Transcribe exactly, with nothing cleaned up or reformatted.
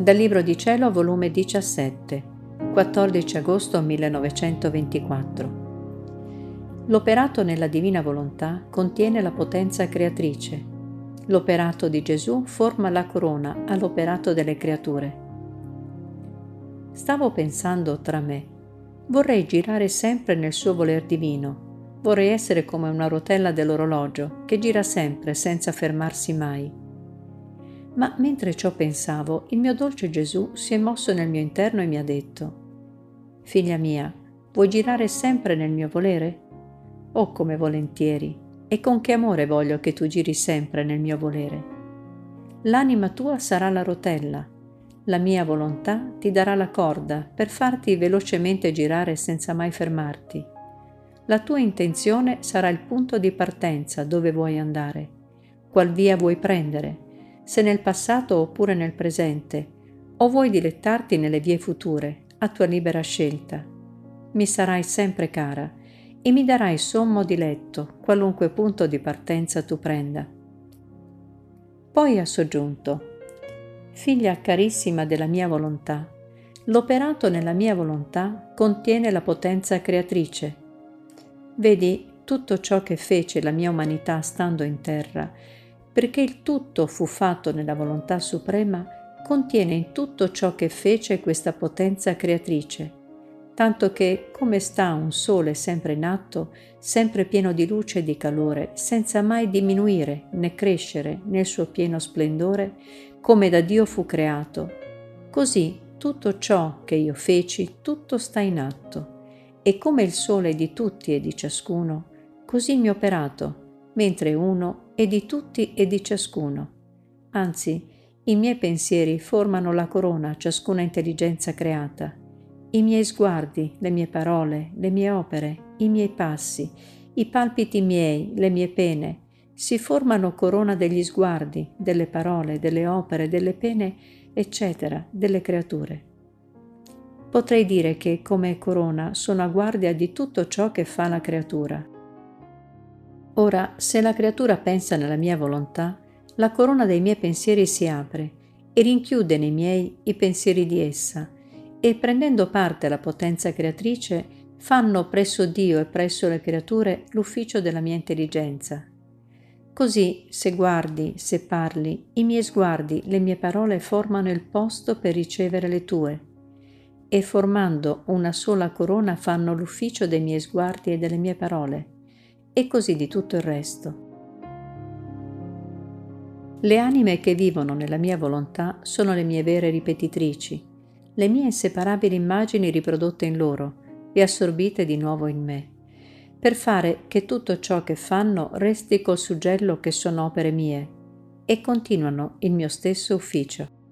Dal Libro di Cielo, volume diciassette, quattordici agosto millenovecentoventiquattro. L'operato nella divina volontà contiene la potenza creatrice. L'operato di Gesù forma la corona all'operato delle creature. Stavo pensando tra me, vorrei girare sempre nel suo voler divino, vorrei essere come una rotella dell'orologio che gira sempre senza fermarsi mai. Ma mentre ciò pensavo, il mio dolce Gesù si è mosso nel mio interno e mi ha detto: «Figlia mia, vuoi girare sempre nel mio volere? Oh, come volentieri, e con che amore voglio che tu giri sempre nel mio volere. L'anima tua sarà la rotella, la mia volontà ti darà la corda per farti velocemente girare senza mai fermarti. La tua intenzione sarà il punto di partenza dove vuoi andare, qual via vuoi prendere, se nel passato oppure nel presente, o vuoi dilettarti nelle vie future, a tua libera scelta. Mi sarai sempre cara e mi darai sommo diletto, qualunque punto di partenza tu prenda». Poi ha soggiunto: «Figlia carissima della mia volontà, l'operato nella mia volontà contiene la potenza creatrice. Vedi tutto ciò che fece la mia umanità stando in terra, perché il tutto fu fatto nella volontà suprema, contiene in tutto ciò che fece questa potenza creatrice, tanto che, come sta un sole sempre in atto, sempre pieno di luce e di calore, senza mai diminuire né crescere nel suo pieno splendore, come da Dio fu creato, così tutto ciò che io feci, tutto sta in atto, e come il sole è di tutti e di ciascuno, così il mio operato, mentre uno è di tutti e di ciascuno. Anzi, i miei pensieri formano la corona a ciascuna intelligenza creata. I miei sguardi, le mie parole, le mie opere, i miei passi, i palpiti miei, le mie pene, si formano corona degli sguardi, delle parole, delle opere, delle pene, eccetera, delle creature. Potrei dire che, come corona, sono a guardia di tutto ciò che fa la creatura. Ora, se la creatura pensa nella mia volontà, la corona dei miei pensieri si apre e rinchiude nei miei i pensieri di essa, e prendendo parte alla potenza creatrice, fanno presso Dio e presso le creature l'ufficio della mia intelligenza. Così, se guardi, se parli, i miei sguardi, le mie parole formano il posto per ricevere le tue, e formando una sola corona fanno l'ufficio dei miei sguardi e delle mie parole, e così di tutto il resto. Le anime che vivono nella mia volontà sono le mie vere ripetitrici, le mie inseparabili immagini riprodotte in loro e assorbite di nuovo in me, per fare che tutto ciò che fanno resti col suggello che sono opere mie e continuano il mio stesso ufficio.